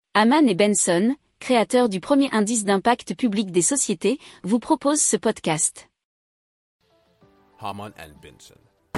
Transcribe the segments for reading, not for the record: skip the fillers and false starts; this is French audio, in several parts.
Hamann et Benson, créateurs du premier indice d'impact public des sociétés, vous proposent ce podcast. Hamann and Benson.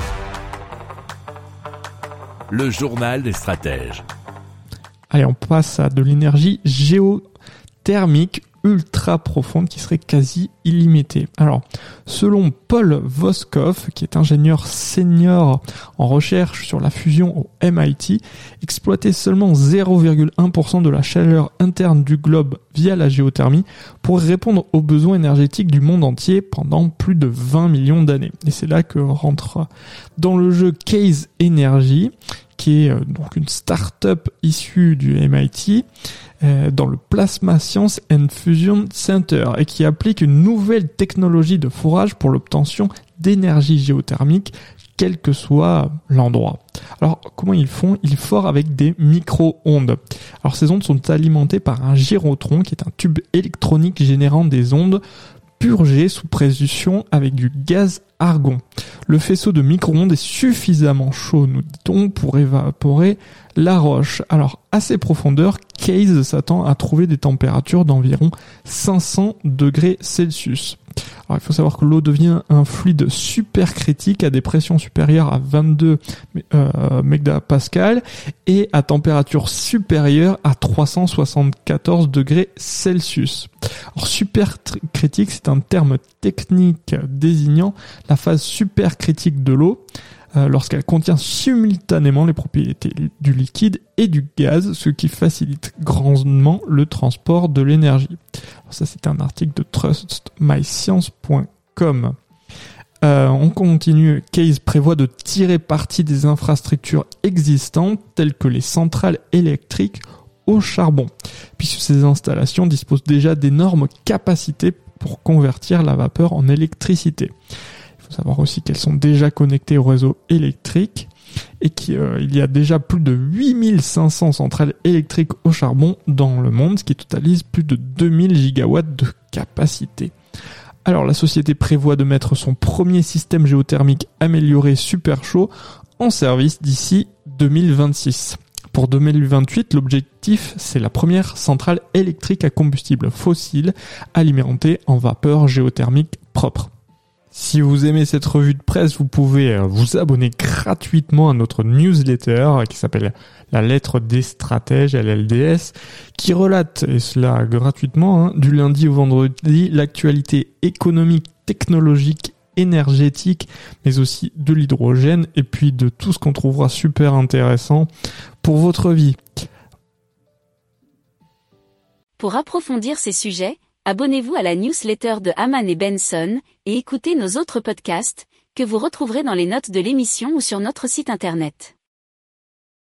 Le journal des stratèges. Allez, on passe à de l'énergie géothermique ultra profonde qui serait quasi illimitée. Alors, selon Paul Voskov, qui est ingénieur senior en recherche sur la fusion au MIT, exploiter seulement 0,1% de la chaleur interne du globe via la géothermie pourrait répondre aux besoins énergétiques du monde entier pendant plus de 20 millions d'années. Et c'est là que rentre dans le jeu Case Energy, qui est donc une start-up issue du MIT, dans le Plasma Science and Fusion Center, et qui applique une nouvelle technologie de forage pour l'obtention d'énergie géothermique, quel que soit l'endroit. Alors, comment ils font ? Ils forent avec des micro-ondes. Alors, ces ondes sont alimentées par un gyrotron, qui est un tube électronique générant des ondes purgées sous pression avec du gaz argon. Le faisceau de micro-ondes est suffisamment chaud, nous dit-on, pour évaporer la roche. Alors, à ces profondeurs, Case s'attend à trouver des températures d'environ 500 degrés Celsius. Alors, il faut savoir que l'eau devient un fluide supercritique à des pressions supérieures à 22 mégapascales et à température supérieure à 374 degrés Celsius. Alors, supercritique, c'est un terme technique désignant la phase supercritique de l'eau, lorsqu'elle contient simultanément les propriétés du liquide et du gaz, ce qui facilite grandement le transport de l'énergie. Alors ça, c'est un article de trustmyscience.com. On continue. Case prévoit de tirer parti des infrastructures existantes, telles que les centrales électriques au charbon, puisque ces installations disposent déjà d'énormes capacités pour convertir la vapeur en électricité. Il faut savoir aussi qu'elles sont déjà connectées au réseau électrique et qu'il y a déjà plus de 8500 centrales électriques au charbon dans le monde, ce qui totalise plus de 2000 gigawatts de capacité. Alors, la société prévoit de mettre son premier système géothermique amélioré super chaud en service d'ici 2026. Pour 2028, l'objectif, c'est la première centrale électrique à combustible fossile alimentée en vapeur géothermique propre. Si vous aimez cette revue de presse, vous pouvez vous abonner gratuitement à notre newsletter qui s'appelle La Lettre des Stratèges, LLDS, qui relate, et cela gratuitement, du lundi au vendredi, l'actualité économique, technologique, énergétique, mais aussi de l'hydrogène et puis de tout ce qu'on trouvera super intéressant pour votre vie. Pour approfondir ces sujets, abonnez-vous à la newsletter de Hamann et Benson et écoutez nos autres podcasts que vous retrouverez dans les notes de l'émission ou sur notre site internet.